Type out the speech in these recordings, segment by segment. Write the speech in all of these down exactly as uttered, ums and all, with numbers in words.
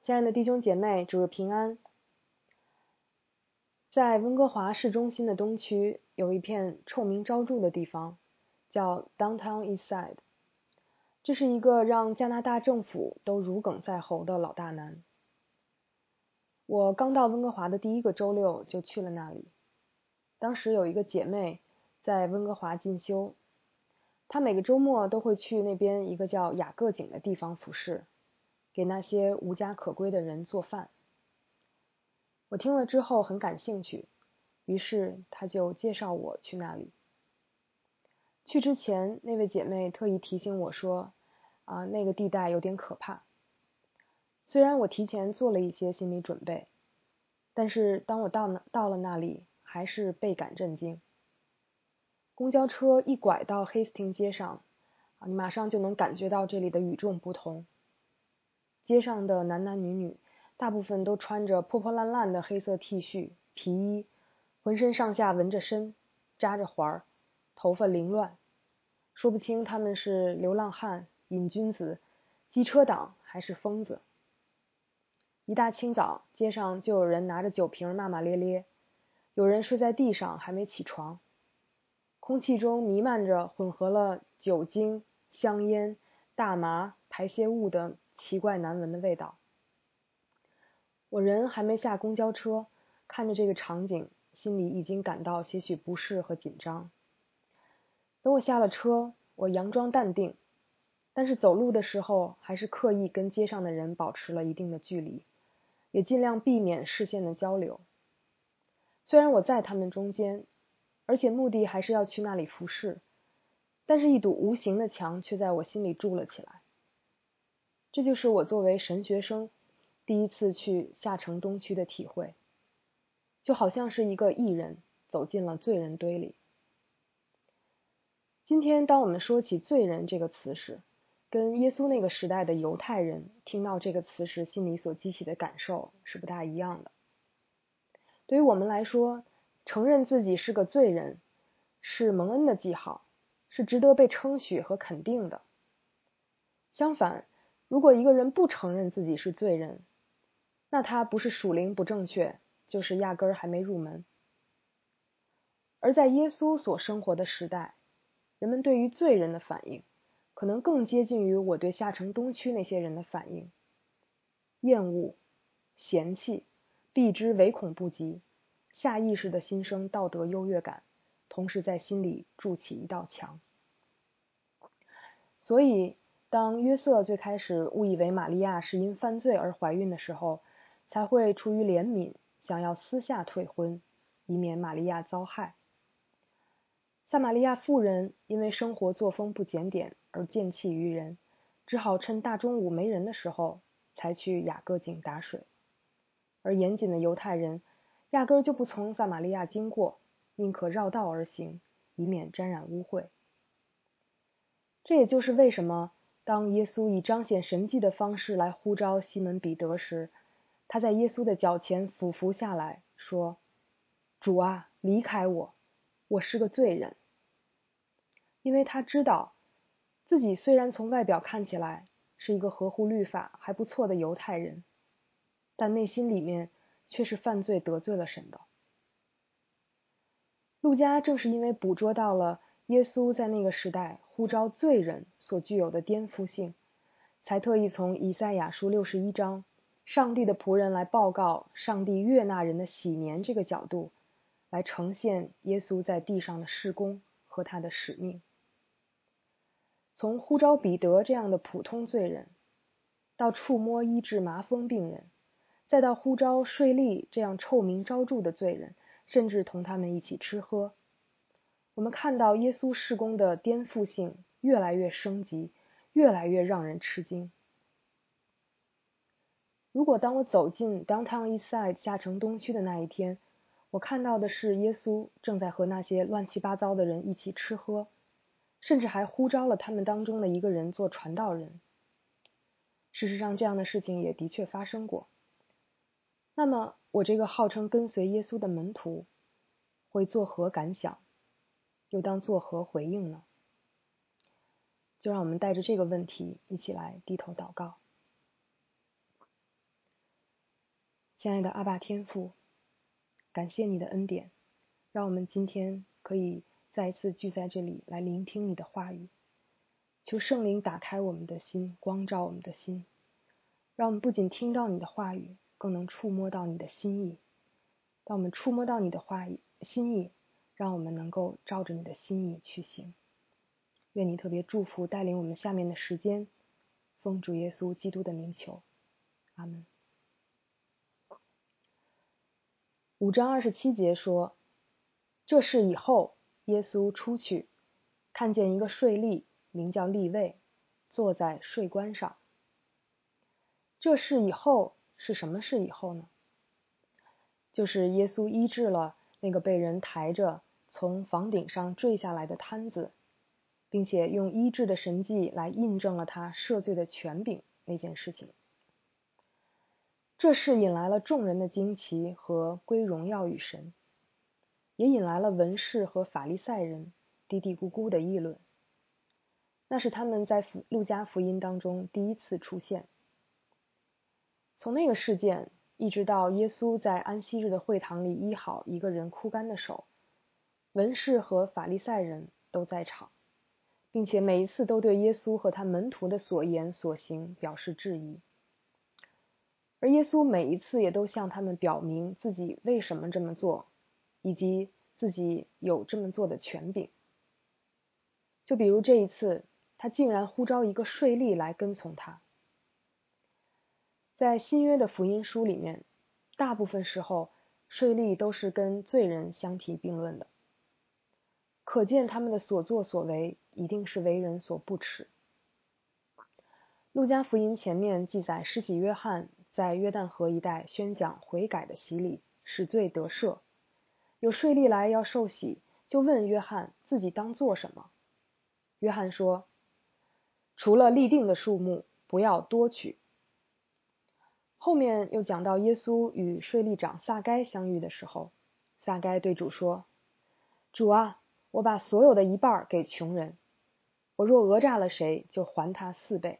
亲爱的弟兄姐妹，主日平安。在温哥华市中心的东区有一片臭名昭著的地方，叫 Downtown East Side。这是一个让加拿大政府都如鲠在喉的老大难。我刚到温哥华的第一个周六就去了那里。当时有一个姐妹在温哥华进修，她每个周末都会去那边一个叫雅各井的地方服侍，给那些无家可归的人做饭。我听了之后很感兴趣，于是她就介绍我去那里。去之前，那位姐妹特意提醒我说，啊，那个地带有点可怕。虽然我提前做了一些心理准备，但是当我到那到了那里，还是倍感震惊。公交车一拐到黑斯汀街上，啊，你马上就能感觉到这里的与众不同。街上的男男女女，大部分都穿着破破烂烂的黑色 T 恤、皮衣，浑身上下纹着身，扎着环儿，头发凌乱，说不清他们是流浪汉、瘾君子、机车党还是疯子。一大清早，街上就有人拿着酒瓶骂骂咧咧，有人睡在地上还没起床，空气中弥漫着混合了酒精、香烟、大麻、排泄物的奇怪难闻的味道。我人还没下公交车，看着这个场景，心里已经感到些许不适和紧张。等我下了车，我佯装淡定，但是走路的时候还是刻意跟街上的人保持了一定的距离，也尽量避免视线的交流。虽然我在他们中间，而且目的还是要去那里服侍，但是一堵无形的墙却在我心里筑了起来。这就是我作为神学生第一次去下城东区的体会，就好像是一个艺人走进了罪人堆里。今天当我们说起罪人这个词时，跟耶稣那个时代的犹太人听到这个词时心里所激起的感受是不大一样的。对于我们来说，承认自己是个罪人是蒙恩的记号，是值得被称许和肯定的。相反，如果一个人不承认自己是罪人，那他不是属灵不正确，就是压根儿还没入门。而在耶稣所生活的时代，人们对于罪人的反应可能更接近于我对下城东区那些人的反应：厌恶、嫌弃、避之唯恐不及，下意识的心生道德优越感，同时在心里筑起一道墙。所以当约瑟最开始误以为玛利亚是因犯罪而怀孕的时候，才会出于怜悯想要私下退婚，以免玛利亚遭害。撒玛利亚妇人因为生活作风不检点而见弃于人，只好趁大中午没人的时候才去雅各井打水。而严谨的犹太人压根儿就不从撒玛利亚经过，宁可绕道而行，以免沾染污秽。这也就是为什么当耶稣以彰显神迹的方式来呼召西门彼得时，他在耶稣的脚前俯伏下来说：主啊，离开我，我是个罪人。因为他知道自己虽然从外表看起来是一个合乎律法还不错的犹太人，但内心里面却是犯罪得罪了神的。路加正是因为捕捉到了耶稣在那个时代呼召罪人所具有的颠覆性，才特意从以赛亚书六十一章上帝的仆人来报告上帝悦纳人的喜年这个角度，来呈现耶稣在地上的事工和他的使命。从呼召彼得这样的普通罪人，到触摸医治麻风病人，再到呼召税吏这样臭名昭著的罪人，甚至同他们一起吃喝，我们看到耶稣事工的颠覆性越来越升级，越来越让人吃惊。如果当我走进 Downtown East Side 下城东区的那一天，我看到的是耶稣正在和那些乱七八糟的人一起吃喝，甚至还呼召了他们当中的一个人做传道人。事实上，这样的事情也的确发生过。那么，我这个号称跟随耶稣的门徒，会作何感想？又当作何回应呢？就让我们带着这个问题一起来低头祷告。 亲爱的阿爸天父，感谢你的恩典，让我们今天可以再一次聚在这里来聆听你的话语。求圣灵打开我们的心，光照我们的心，让我们不仅听到你的话语，更能触摸到你的心意。当我们触摸到你的话语心意，让我们能够照着你的心意去行。愿你特别祝福带领我们下面的时间，奉主耶稣基督的名求，阿门。五章二十七节说，这事以后，耶稣出去，看见一个税吏，名叫利未，坐在税关上。这事以后是什么事以后呢？就是耶稣医治了那个被人抬着从房顶上坠下来的瘫子，并且用医治的神迹来印证了他赦罪的权柄那件事情。这事引来了众人的惊奇和归荣耀与神，也引来了文士和法利赛人嘀嘀咕咕的议论。那是他们在路加福音当中第一次出现。从那个事件一直到耶稣在安息日的会堂里医好一个人枯干的手，文士和法利赛人都在场，并且每一次都对耶稣和他门徒的所言所行表示质疑。而耶稣每一次也都向他们表明自己为什么这么做，以及自己有这么做的权柄。就比如这一次，他竟然呼召一个税吏来跟从他。在新约的福音书里面，大部分时候税吏都是跟罪人相提并论的，可见他们的所作所为一定是为人所不齿。路加福音前面记载施洗约翰在约旦河一带宣讲悔改的洗礼，使罪得赦。有税吏来要受洗，就问约翰自己当做什么。约翰说，除了立定的数目，不要多取。后面又讲到耶稣与税吏长撒该相遇的时候，撒该对主说，主啊，我把所有的一半给穷人，我若讹诈了谁，就还他四倍。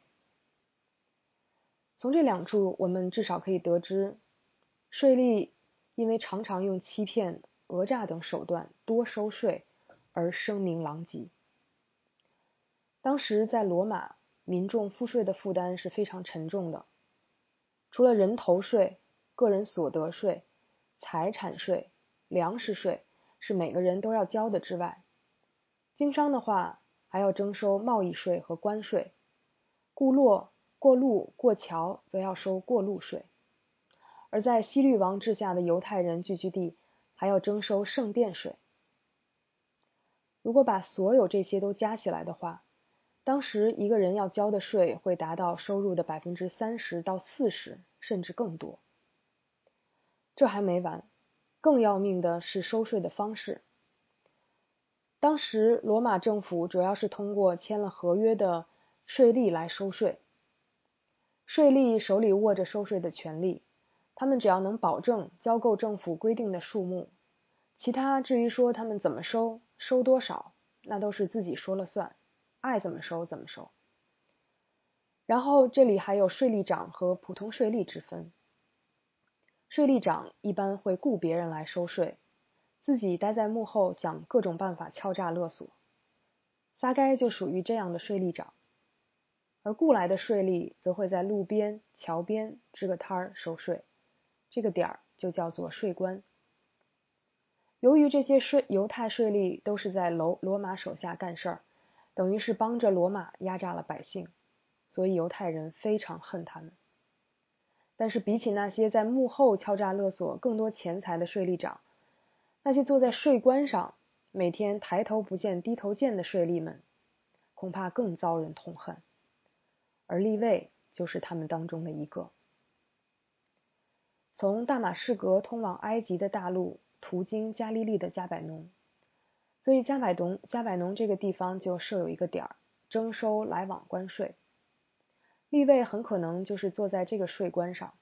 从这两处我们至少可以得知，税吏因为常常用欺骗、讹诈等手段多收税而声名狼藉。当时在罗马，民众赋税的负担是非常沉重的，除了人头税、个人所得税、财产税、粮食税是每个人都要交的之外，经商的话还要征收贸易税和关税，过路、过路、过桥则要收过路税，而在希律王治下的犹太人聚居地还要征收圣殿税。如果把所有这些都加起来的话，当时一个人要交的税会达到收入的 百分之三十 到 百分之四十， 甚至更多。这还没完，更要命的是收税的方式。当时罗马政府主要是通过签了合约的税吏来收税。税吏手里握着收税的权利，他们只要能保证交够政府规定的数目，其他至于说他们怎么收，收多少，那都是自己说了算，爱怎么收怎么收。然后这里还有税吏长和普通税吏之分。税吏长一般会雇别人来收税，自己待在幕后想各种办法敲诈勒索。撒该就属于这样的税吏长，而雇来的税吏则会在路边、桥边支个摊儿收税，这个点儿就叫做税关。由于这些税犹太税吏都是在罗罗马手下干事儿，等于是帮着罗马压榨了百姓，所以犹太人非常恨他们。但是比起那些在幕后敲诈勒索更多钱财的税吏长，那些坐在税关上每天抬头不见低头见的税吏们，恐怕更遭人痛恨。而利未就是他们当中的一个。从大马士革通往埃及的大路途经加利利的加百农，所以加百农加百农这个地方就设有一个点儿，征收来往关税。利未很可能就是坐在这个税关上，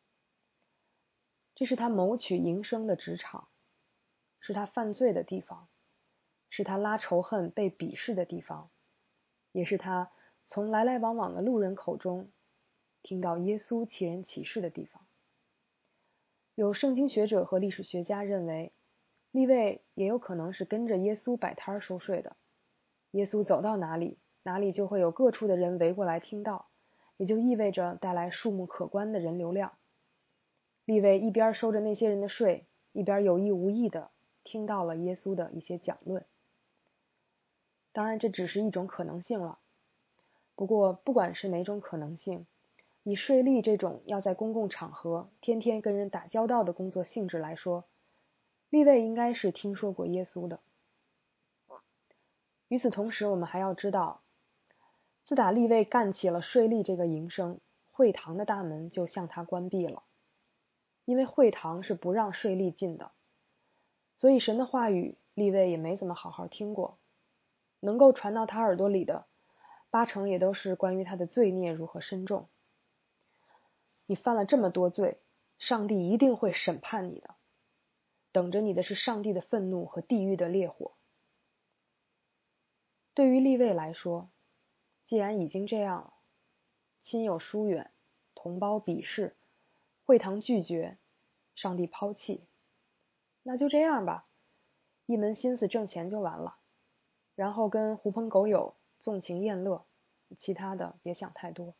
这是他谋取营生的职场，是他犯罪的地方，是他拉仇恨被鄙视的地方，也是他从来来往往的路人口中听到耶稣奇人启示的地方。 有圣经学者和历史学家认为，利未也有可能是跟着耶稣摆摊收税的。耶稣走到哪里，哪里就会有各处的人围过来听到，也就意味着带来数目可观的人流量。利未一边收着那些人的税，一边有意无意地听到了耶稣的一些讲论。当然，这只是一种可能性了。不过，不管是哪种可能性，以税吏这种要在公共场合天天跟人打交道的工作性质来说，利未应该是听说过耶稣的。与此同时，我们还要知道，自打利未干起了税吏这个营生，会堂的大门就向他关闭了。因为会堂是不让税吏进的，所以神的话语利未也没怎么好好听过，能够传到他耳朵里的，八成也都是关于他的罪孽如何深重。你犯了这么多罪，上帝一定会审判你的，等着你的是上帝的愤怒和地狱的烈火。对于利未来说，既然已经这样了，亲友疏远，同胞鄙视，会堂拒绝，上帝抛弃，那就这样吧，一门心思挣钱就完了，然后跟狐朋狗友纵情宴乐，其他的别想太多。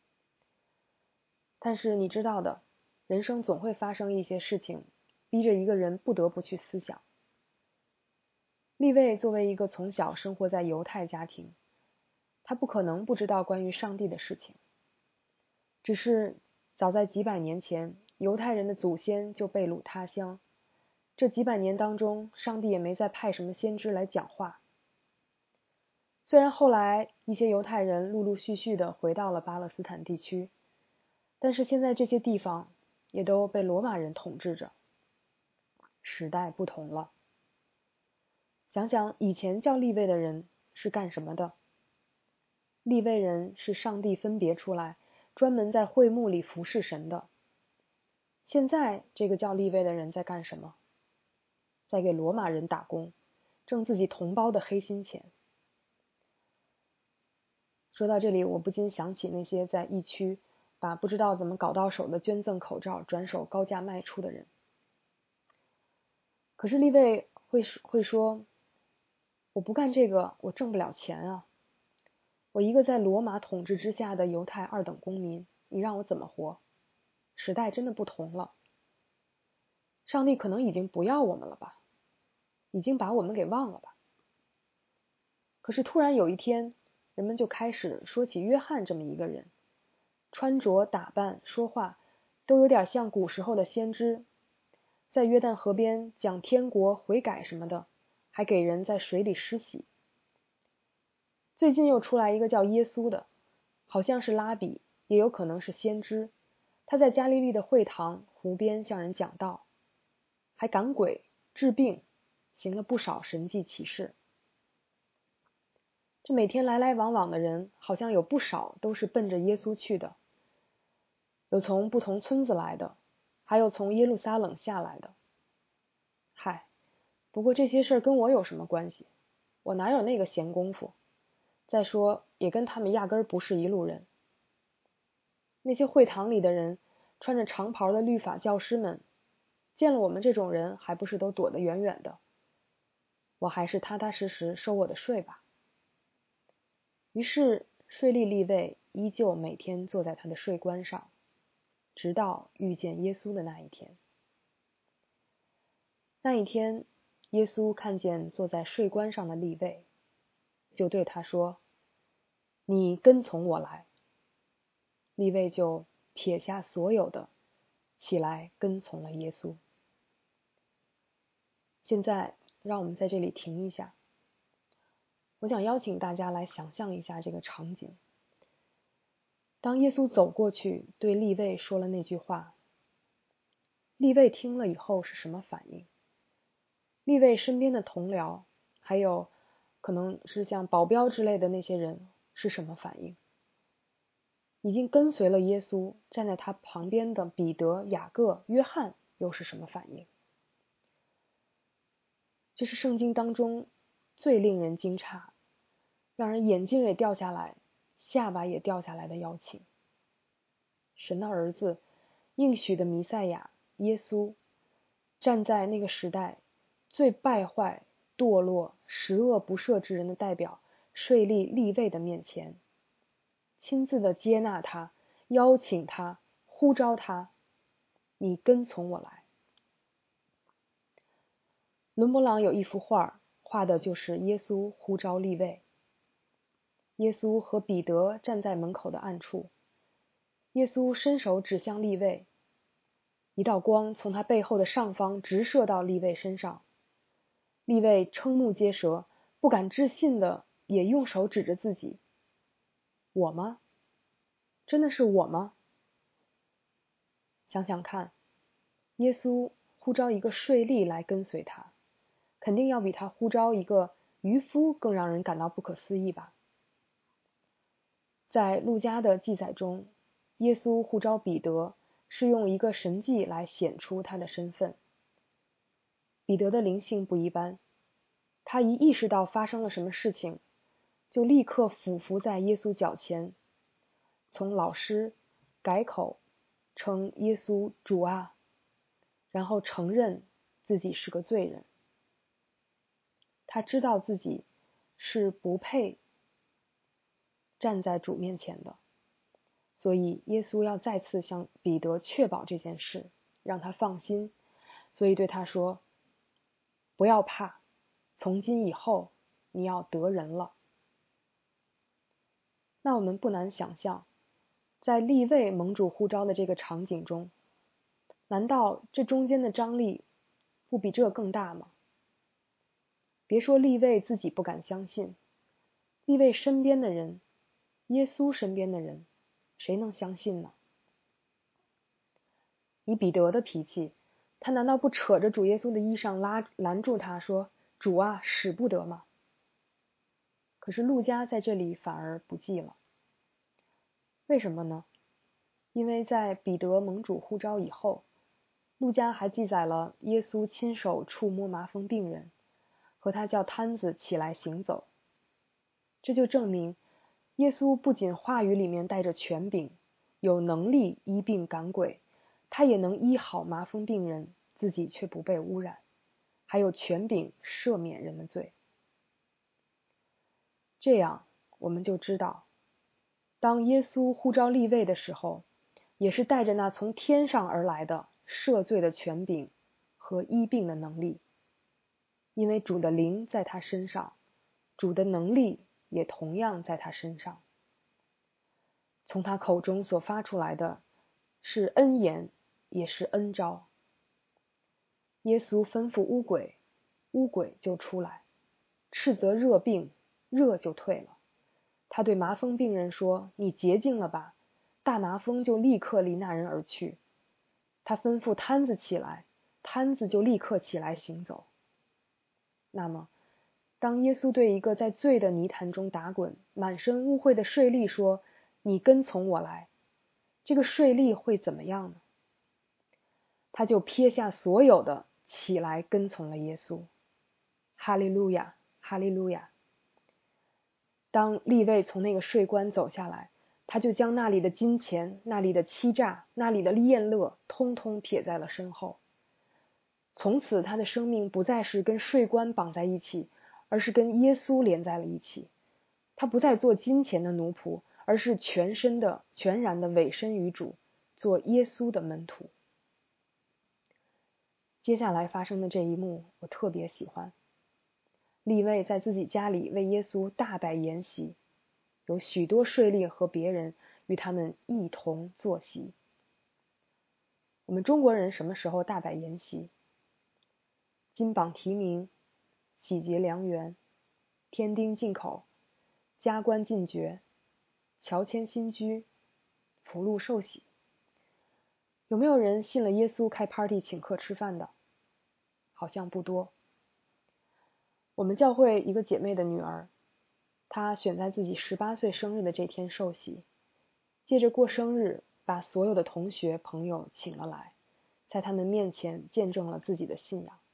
但是你知道的，人生总会发生一些事情，逼着一个人不得不去思想。利未作为一个从小生活在犹太家庭，他不可能不知道关于上帝的事情。只是早在几百年前，犹太人的祖先就被掳他乡，这几百年当中，上帝也没再派什么先知来讲话。虽然后来一些犹太人陆陆续续的回到了巴勒斯坦地区，但是现在这些地方也都被罗马人统治着。时代不同了。想想以前叫利未的人是干什么的？利未人是上帝分别出来，专门在会幕里服侍神的。现在这个叫利未的人在干什么？在给罗马人打工，挣自己同胞的黑心钱。说到这里，我不禁想起那些在疫区把不知道怎么搞到手的捐赠口罩转手高价卖出的人。可是利未会会说，我不干这个，我挣不了钱啊。我一个在罗马统治之下的犹太二等公民，你让我怎么活？时代真的不同了。上帝可能已经不要我们了吧，已经把我们给忘了吧。可是突然有一天，人们就开始说起约翰这么一个人，穿着打扮说话都有点像古时候的先知，在约旦河边讲天国悔改什么的，还给人在水里施洗。最近又出来一个叫耶稣的，好像是拉比，也有可能是先知，他在加利利的会堂湖边向人讲道，还赶鬼治病，行了不少神迹奇事。这每天来来往往的人，好像有不少都是奔着耶稣去的，有从不同村子来的，还有从耶路撒冷下来的。嗨，不过这些事儿跟我有什么关系？我哪有那个闲工夫？再说，也跟他们压根儿不是一路人。那些会堂里的人，穿着长袍的律法教师们，见了我们这种人，还不是都躲得远远的？我还是踏踏实实收我的税吧。于是，税吏利未依旧每天坐在他的税关上，直到遇见耶稣的那一天。那一天，耶稣看见坐在税关上的利未，就对他说：“你跟从我来。”利未就撇下所有的，起来跟从了耶稣。现在，让我们在这里停一下。我想邀请大家来想象一下这个场景。当耶稣走过去对利未说了那句话，利未听了以后是什么反应？利未身边的同僚，还有可能是像保镖之类的那些人是什么反应？已经跟随了耶稣，站在他旁边的彼得、雅各、约翰又是什么反应？这是圣经当中最令人惊诧，让人眼睛也掉下来，下巴也掉下来的邀请。神的儿子，应许的弥赛亚， 耶稣，站在那个时代最败坏、堕落、十恶不赦之人的代表税吏利未的面前，亲自的接纳他，邀请他，呼召他，你跟从我来。伦勃朗有一幅画，画的就是耶稣呼召利未。耶稣和彼得站在门口的暗处，耶稣伸手指向利未，一道光从他背后的上方直射到利未身上。利未瞠目结舌，不敢置信的也用手指着自己：我吗？真的是我吗？想想看，耶稣呼召一个税吏来跟随他，肯定要比他呼召一个渔夫更让人感到不可思议吧。在路加的记载中，耶稣呼召彼得是用一个神迹来显出他的身份。彼得的灵性不一般，他一意识到发生了什么事情，就立刻俯伏在耶稣脚前，从老师改口称耶稣主啊，然后承认自己是个罪人。他知道自己是不配站在主面前的，所以耶稣要再次向彼得确保这件事，让他放心，所以对他说：不要怕，从今以后你要得人了。那我们不难想象，在利未蒙主呼召的这个场景中，难道这中间的张力不比这更大吗？别说利未自己不敢相信，利未身边的人，耶稣身边的人，谁能相信呢？以彼得的脾气，他难道不扯着主耶稣的衣裳拉拦住他说：主啊，使不得吗？可是路加在这里反而不记了。为什么呢？因为在彼得蒙主呼召以后，路加还记载了耶稣亲手触摸麻风病人，和他叫瘫子起来行走。这就证明耶稣不仅话语里面带着权柄，有能力医病赶鬼，他也能医好麻风病人，自己却不被污染，还有权柄赦免人的罪。这样我们就知道，当耶稣呼召利未的时候，也是带着那从天上而来的赦罪的权柄和医病的能力，因为主的灵在他身上，主的能力也同样在他身上。从他口中所发出来的是恩言，也是恩召。耶稣吩咐污鬼，污鬼就出来；斥责热病，热就退了。他对麻风病人说：你洁净了吧，大麻风就立刻离那人而去。他吩咐瘫子起来，瘫子就立刻起来行走。那么当耶稣对一个在罪的泥潭中打滚、满身污秽的税吏说：你跟从我来，这个税吏会怎么样呢？他就撇下所有的，起来跟从了耶稣。哈利路亚，哈利路亚。当利未从那个税关走下来，他就将那里的金钱、那里的欺诈、那里的宴乐通通撇在了身后。从此他的生命不再是跟税关绑在一起，而是跟耶稣连在了一起。他不再做金钱的奴仆，而是全身的、全然的委身于主，做耶稣的门徒。接下来发生的这一幕我特别喜欢。利未在自己家里为耶稣大摆筵席，有许多税吏和别人与他们一同坐席。我们中国人什么时候大摆筵席？金榜题名，喜结良缘，添丁进口，加官进爵，乔迁新居，福禄寿喜。有没有人信了耶稣开 party 请客吃饭的？好像不多。我们教会一个姐妹的女儿，她选在自己十八岁生日的这天受洗，借着过生日把所有的同学朋友请了来，在他们面前见证了自己的信仰。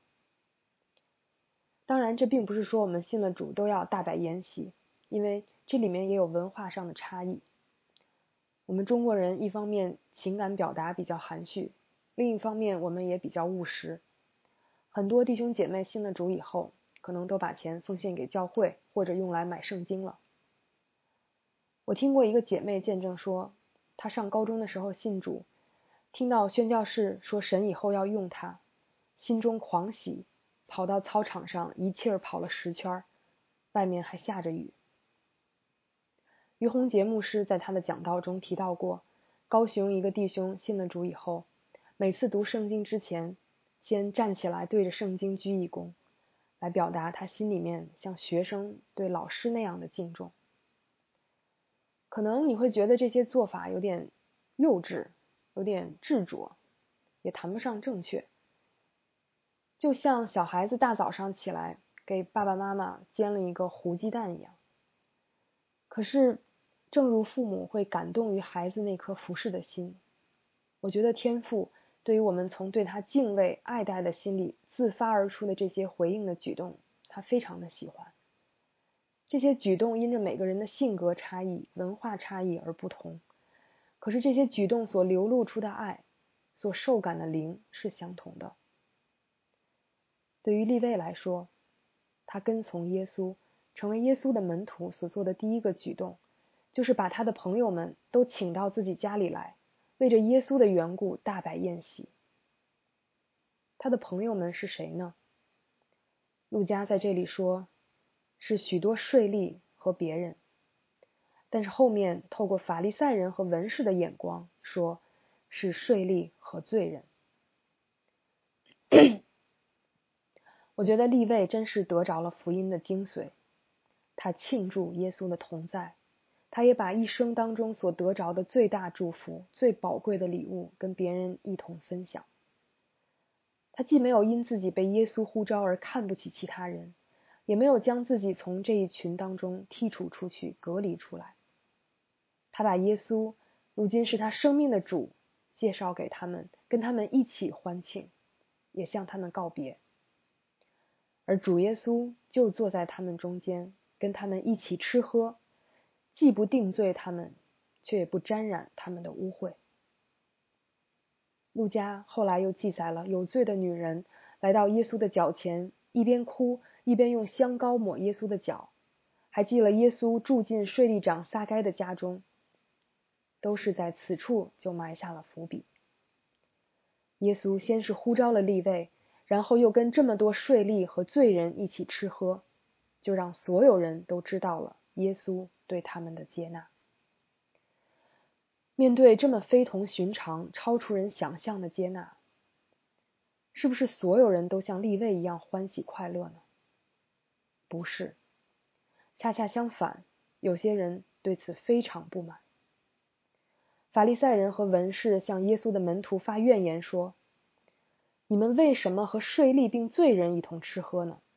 当然这并不是说我们信了主都要大摆筵席，因为这里面也有文化上的差异。我们中国人一方面情感表达比较含蓄， 另一方面，我们也比较务实。很多弟兄姐妹信了主以后，可能都把钱奉献给教会，或者用来买圣经了。我听过一个姐妹见证说，她上高中的时候信主，听到宣教士说神以后要用她，心中狂喜，跑到操场上一气儿跑了十圈，外面还下着雨。于洪杰牧师在他的讲道中提到过，高雄一个弟兄信了主以后，每次读圣经之前，先站起来对着圣经鞠一躬，来表达他心里面像学生对老师那样的敬重。可能你会觉得这些做法有点幼稚，有点执着，也谈不上正确。就像小孩子大早上起来给爸爸妈妈煎了一个糊鸡蛋一样。可是正如父母会感动于孩子那颗服侍的心，我觉得天父对于我们从对他敬畏爱戴的心里自发而出的这些回应的举动，他非常的喜欢。这些举动因着每个人的性格差异、文化差异而不同，可是这些举动所流露出的爱，所受感的灵是相同的。对于利未来说，他跟从耶稣，成为耶稣的门徒所做的第一个举动，就是把他的朋友们都请到自己家里来，为着耶稣的缘故大摆宴席。他的朋友们是谁呢？路加在这里说，是许多税吏和别人，但是后面透过法利赛人和文士的眼光说，是税吏和罪人。我觉得利未真是得着了福音的精髓，他庆祝耶稣的同在，他也把一生当中所得着的最大祝福、最宝贵的礼物跟别人一同分享。他既没有因自己被耶稣呼召而看不起其他人，也没有将自己从这一群当中剔除出去、隔离出来。他把耶稣，如今是他生命的主，介绍给他们，跟他们一起欢庆，也向他们告别。而主耶稣就坐在他们中间，跟他们一起吃喝，既不定罪他们，却也不沾染他们的污秽。路加后来又记载了有罪的女人来到耶稣的脚前，一边哭一边用香膏抹耶稣的脚，还记了耶稣住进税吏长撒该的家中，都是在此处就埋下了伏笔。耶稣先是呼召了利未，然后又跟这么多税吏和罪人一起吃喝，就让所有人都知道了耶稣对他们的接纳。面对这么非同寻常、超出人想象的接纳，是不是所有人都像利未一样欢喜快乐呢？不是，恰恰相反，有些人对此非常不满。法利赛人和文士向耶稣的门徒发怨言说，你们为什么和税吏并罪人一同吃喝呢？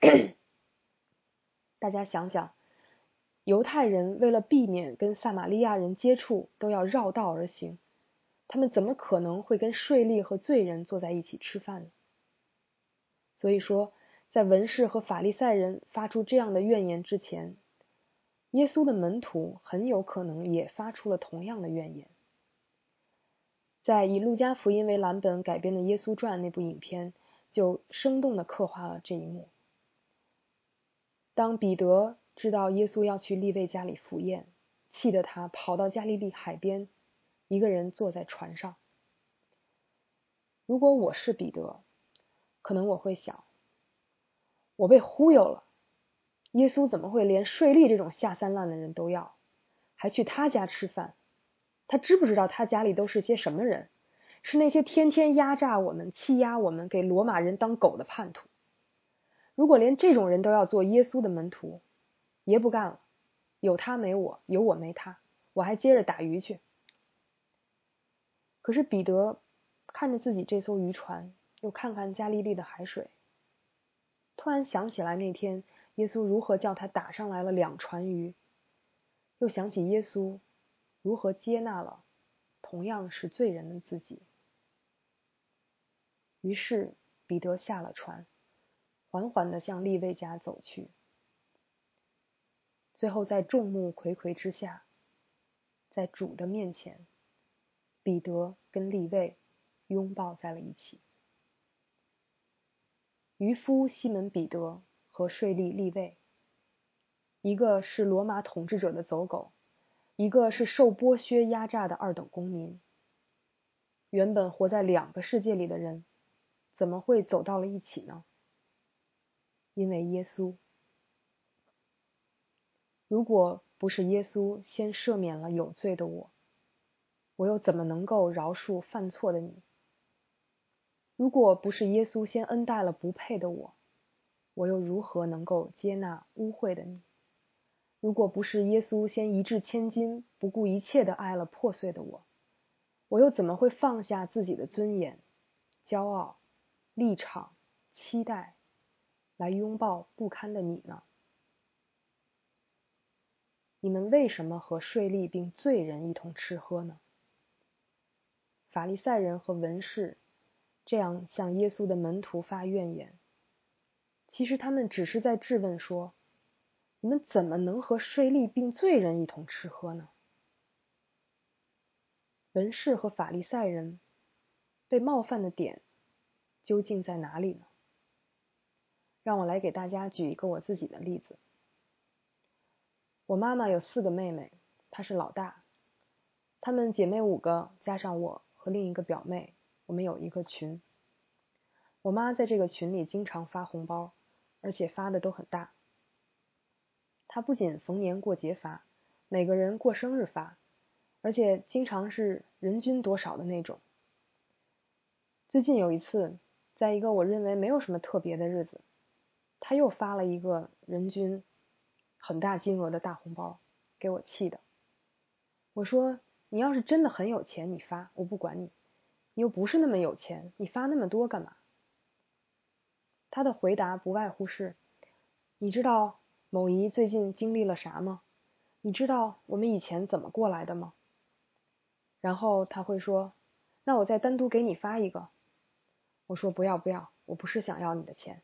大家想想，犹太人为了避免跟撒玛利亚人接触，都要绕道而行，他们怎么可能会跟税吏和罪人坐在一起吃饭呢？所以说，在文士和法利赛人发出这样的怨言之前，耶稣的门徒很有可能也发出了同样的怨言。在以路加福音为蓝本改编的《耶稣传》那部影片，就生动地刻画了这一幕。当彼得知道耶稣要去利未家里赴宴，气得他跑到加利利海边，一个人坐在船上。如果我是彼得，可能我会想，我被忽悠了，耶稣怎么会连税吏这种下三滥的人都要，还去他家吃饭？他知不知道他家里都是些什么人？是那些天天压榨我们、欺压我们、给罗马人当狗的叛徒。如果连这种人都要做耶稣的门徒，爷不干了，有他没我，有我没他，我还接着打鱼去。可是彼得看着自己这艘渔船，又看看加利利的海水，突然想起来那天耶稣如何叫他打上来了两船鱼，又想起耶稣如何接纳了同样是罪人的自己。于是彼得下了船，缓缓地向利未家走去。最后在众目睽睽之下，在主的面前，彼得跟利未拥抱在了一起。渔夫西门彼得和税吏利未，一个是罗马统治者的走狗，一个是受剥削压榨的二等公民。原本活在两个世界里的人，怎么会走到了一起呢？因为耶稣。如果不是耶稣先赦免了有罪的我，我又怎么能够饶恕犯错的你？如果不是耶稣先恩待了不配的我，我又如何能够接纳污秽的你？如果不是耶稣先一掷千金，不顾一切地爱了破碎的我，我又怎么会放下自己的尊严、骄傲、立场、期待，来拥抱不堪的你呢？你们为什么和税吏并罪人一同吃喝呢？法利赛人和文士这样向耶稣的门徒发怨言，其实他们只是在质问说，你们怎么能和税吏并罪人一同吃喝呢？文士和法利赛人被冒犯的点究竟在哪里呢？让我来给大家举一个我自己的例子。我妈妈有四个妹妹，她是老大，她们姐妹五个，加上我和另一个表妹，我们有一个群。我妈在这个群里经常发红包，而且发的都很大。她不仅逢年过节发，每个人过生日发，而且经常是人均多少的那种。最近有一次，在一个我认为没有什么特别的日子，她又发了一个人均很大金额的大红包，给我气的。我说，你要是真的很有钱，你发，我不管你。你又不是那么有钱，你发那么多干嘛？她的回答不外乎是，你知道某姨最近经历了啥吗？你知道我们以前怎么过来的吗？然后她会说，那我再单独给你发一个。我说不要不要，我不是想要你的钱。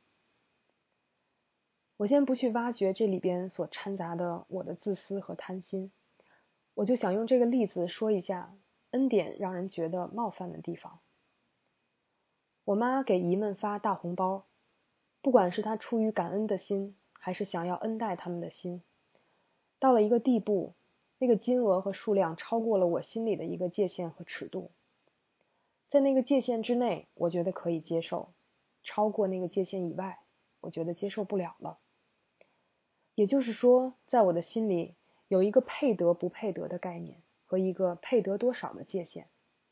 我先不去挖掘这里边所掺杂的我的自私和贪心，我就想用这个例子说一下恩典让人觉得冒犯的地方。我妈给姨们发大红包，不管是她出于感恩的心，还是想要恩待他们的心，到了一个地步，那个金额和数量超过了我心里的一个界限和尺度。在那个界限之内，我觉得可以接受；超过那个界限以外，我觉得接受不了了。也就是说，在我的心里有一个配得不配得的概念和一个配得多少的界限。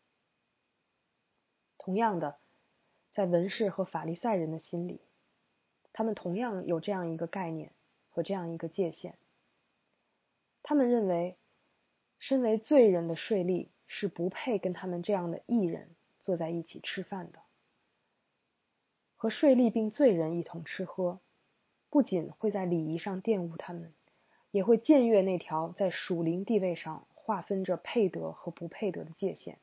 同样的，在文士和法利赛人的心里，他们同样有这样一个概念和这样一个界限。他们认为，身为罪人的税吏是不配跟他们这样的义人坐在一起吃饭的。和税吏并罪人一同吃喝，不仅会在礼仪上玷污他们，也会僭越那条在属灵地位上划分着配得和不配得的界限。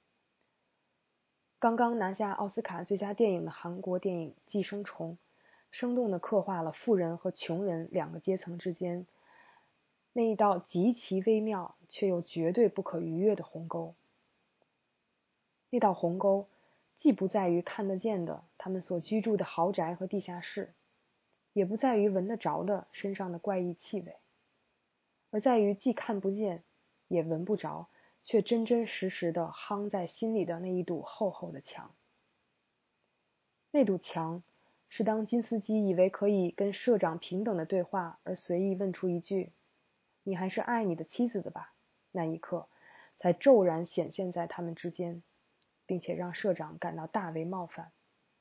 刚刚拿下奥斯卡最佳电影的韩国电影《寄生虫》，生动地刻画了富人和穷人两个阶层之间那一道极其微妙却又绝对不可逾越的鸿沟。那道鸿沟既不在于看得见的他们所居住的豪宅和地下室，也不在于闻得着的身上的怪异气味，而在于既看不见也闻不着，却真真实实地夯在心里的那一堵厚厚的墙。那堵墙是当金斯基以为可以跟社长平等的对话而随意问出一句，你还是爱你的妻子的吧，那一刻才骤然显现在他们之间，并且让社长感到大为冒犯。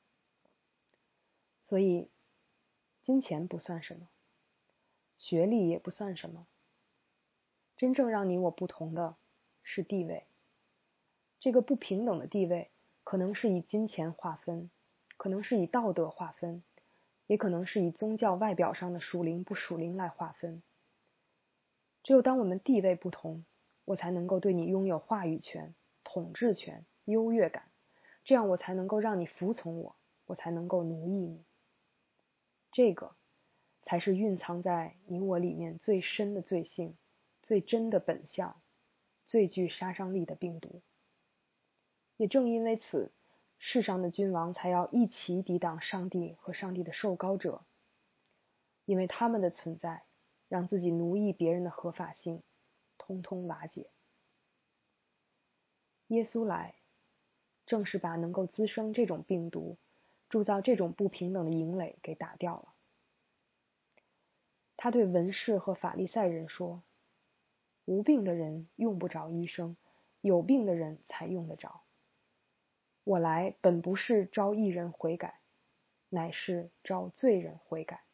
所以金钱不算什么，学历也不算什么，真正让你我不同的是地位。这个不平等的地位可能是以金钱划分，可能是以道德划分，也可能是以宗教外表上的属灵不属灵来划分。只有当我们地位不同，我才能够对你拥有话语权、统治权、优越感，这样我才能够让你服从我，我才能够奴役你。这个才是蕴藏在你我里面最深的罪性，最真的本相，最具杀伤力的病毒。也正因为此， 世上的君王才要一起抵挡上帝和上帝的受膏者，因为他们的存在让自己奴役别人的合法性通通瓦解。耶稣来，正是把能够滋生这种病毒、铸造这种不平等的营垒给打掉了。他对文士和法利赛人说：无病的人用不着医生，有病的人才用得着。我来本不是招义人悔改，乃是招罪人悔改。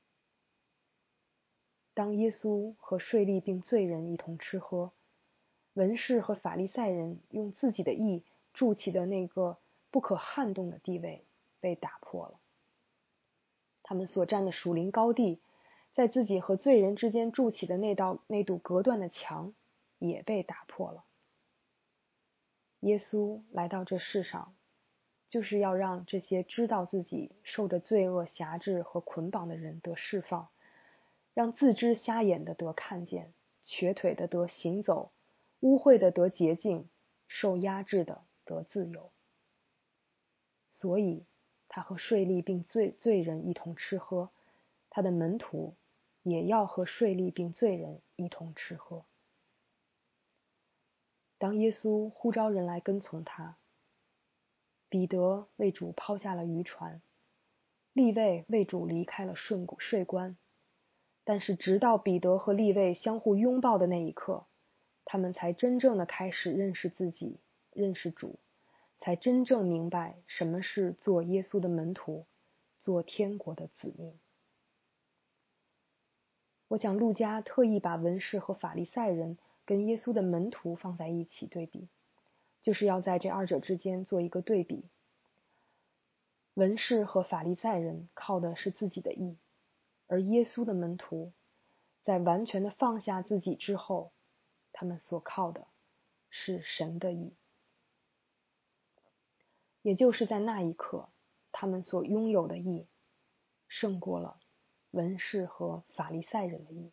当耶稣和税吏并罪人一同吃喝，文士和法利赛人用自己的义筑起的那个不可撼动的地位被打破了。他们所占的属灵高地，在自己和罪人之间筑起的那道那堵隔断的墙也被打破了。耶稣来到这世上，就是要让这些知道自己受着罪恶辖制和捆绑的人得释放，让自知瞎眼的得看见，瘸腿的得行走，污秽的得洁净，受压制的得自由。所以他和税吏并罪罪人一同吃喝，他的门徒也要和税吏并罪人一同吃喝。当耶稣呼召人来跟从他，彼得为主抛下了渔船，利未为主离开了顺谷税关，但是直到彼得和利未相互拥抱的那一刻，他们才真正的开始认识自己，认识主，才真正明白什么是做耶稣的门徒，做天国的子民。我讲路加特意把文士和法利赛人跟耶稣的门徒放在一起对比，就是要在这二者之间做一个对比。文士和法利赛人靠的是自己的义，而耶稣的门徒在完全的放下自己之后，他们所靠的是神的义。也就是在那一刻，他们所拥有的义胜过了文士和法利赛人的义。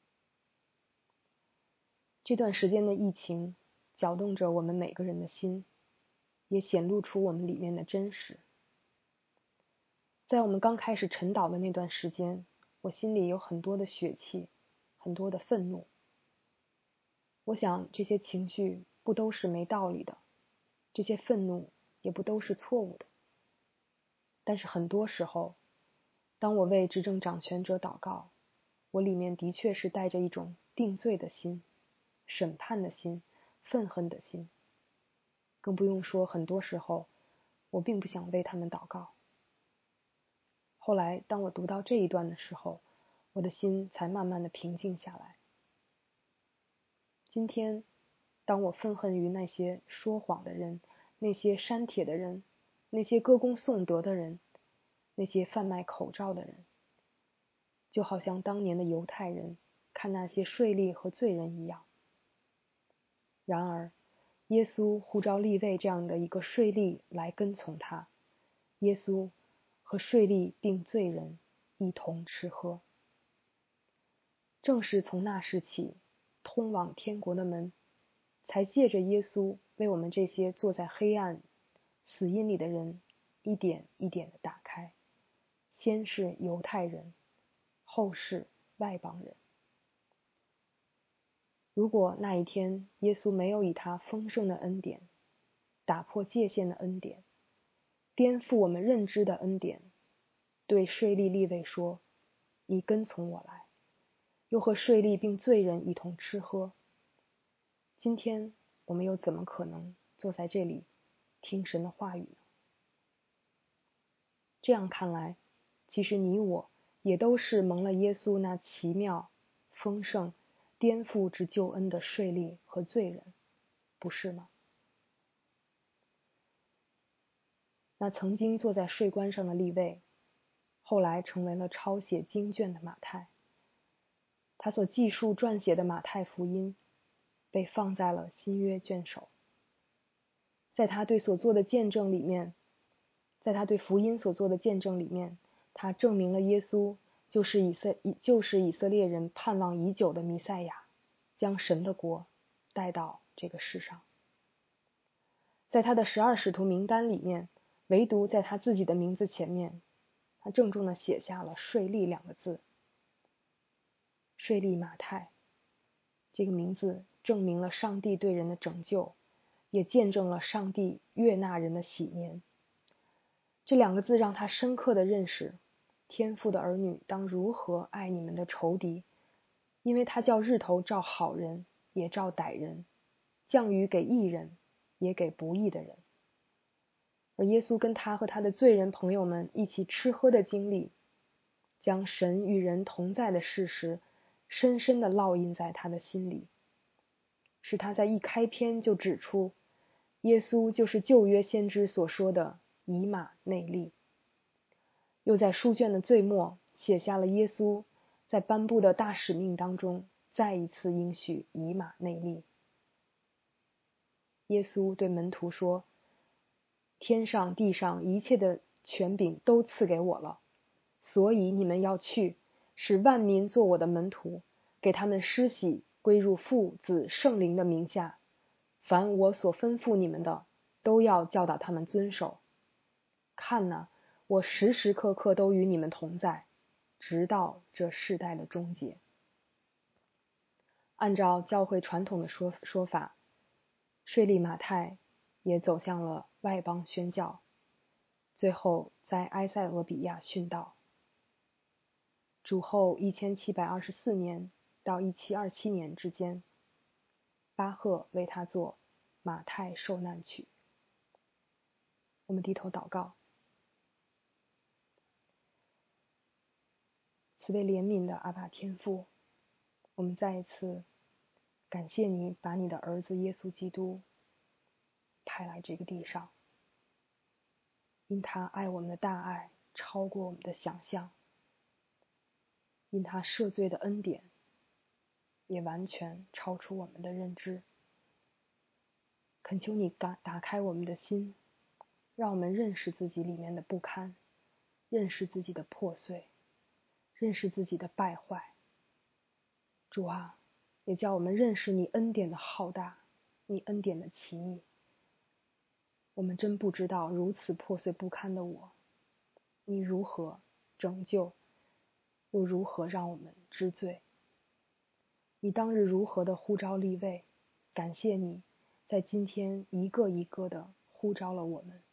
这段时间的疫情搅动着我们每个人的心，也显露出我们里面的真实。在我们刚开始晨祷的那段时间，我心里有很多的血气，很多的愤怒。我想这些情绪不都是没道理的，这些愤怒也不都是错误的。但是很多时候，当我为执政掌权者祷告，我里面的确是带着一种定罪的心、审判的心、愤恨的心。更不用说很多时候，我并不想为他们祷告。后来当我读到这一段的时候，我的心才慢慢的平静下来。今天当我愤恨于那些说谎的人，那些删帖的人，那些歌功颂德的人，那些贩卖口罩的人，就好像当年的犹太人看那些税吏和罪人一样。然而耶稣呼召利未这样的一个税吏来跟从他，耶稣和税吏并罪人一同吃喝。正是从那时起，通往天国的门才借着耶稣为我们这些坐在黑暗死荫里的人一点一点的打开，先是犹太人，后是外邦人。如果那一天耶稣没有以他丰盛的恩典，打破界限的恩典，颠覆我们认知的恩典，对税吏利未说：你跟从我来，又和税吏并罪人一同吃喝，今天我们又怎么可能坐在这里听神的话语呢？这样看来，其实你我也都是蒙了耶稣那奇妙、丰盛、颠覆之救恩的税吏和罪人，不是吗？那曾经坐在税关上的利未，后来成为了抄写经卷的马太。他所记述撰写的马太福音，被放在了新约卷首。在他对所做的见证里面，在他对福音所做的见证里面，他证明了耶稣就是以色就是以色列人盼望已久的弥赛亚，将神的国带到这个世上。在他的十二使徒名单里面， 唯独在他自己的名字前面，他郑重地写下了税吏两个字。税吏马太，这个名字证明了上帝对人的拯救，也见证了上帝悦纳人的喜年。这两个字让他深刻地认识天父的儿女当如何爱你们的仇敌，因为他叫日头照好人也照歹人，降雨给义人也给不义的人。而耶稣跟他和他的罪人朋友们一起吃喝的经历，将神与人同在的事实深深地烙印在他的心里，使他在一开篇就指出，耶稣就是旧约先知所说的以马内利。又在书卷的最末写下了耶稣在颁布的大使命当中再一次应许以马内利。耶稣对门徒说，天上地上一切的权柄都赐给我了，所以你们要去，使万民做我的门徒，给他们施洗，归入父子圣灵的名下，凡我所吩咐你们的，都要教导他们遵守。看哪，我时时刻刻都与你们同在，直到这世代的终结。按照教会传统的说说法，税吏马太也走向了外邦宣教，最后在埃塞俄比亚殉道。主后一千七百二十四年到一七二七年之间，巴赫为他作《马太受难曲》。我们低头祷告。慈悲怜悯的阿爸天父，我们再一次感谢你把你的儿子耶稣基督派来这个地上，因他爱我们的大爱超过我们的想象，因他赦罪的恩典也完全超出我们的认知。恳求你打打开我们的心，让我们认识自己里面的不堪，认识自己的破碎，认识自己的败坏。主啊，也叫我们认识你恩典的浩大，你恩典的奇异。我们真不知道如此破碎不堪的我，你如何拯救，又如何让我们知罪。你当日如何的呼召立位，感谢你在今天一个一个的呼召了我们。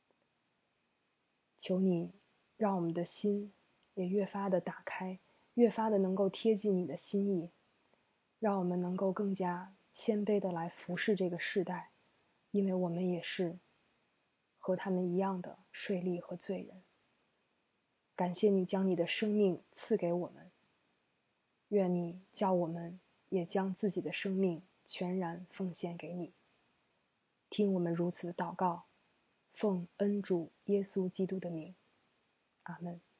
求你让我们的心也越发的打开，越发的能够贴近你的心意，让我们能够更加谦卑的来服侍这个世代，因为我们也是和他们一样的税吏和罪人。感谢你将你的生命赐给我们，愿你叫我们也将自己的生命全然奉献给你。听我们如此的祷告，奉恩主耶稣基督的名，阿们。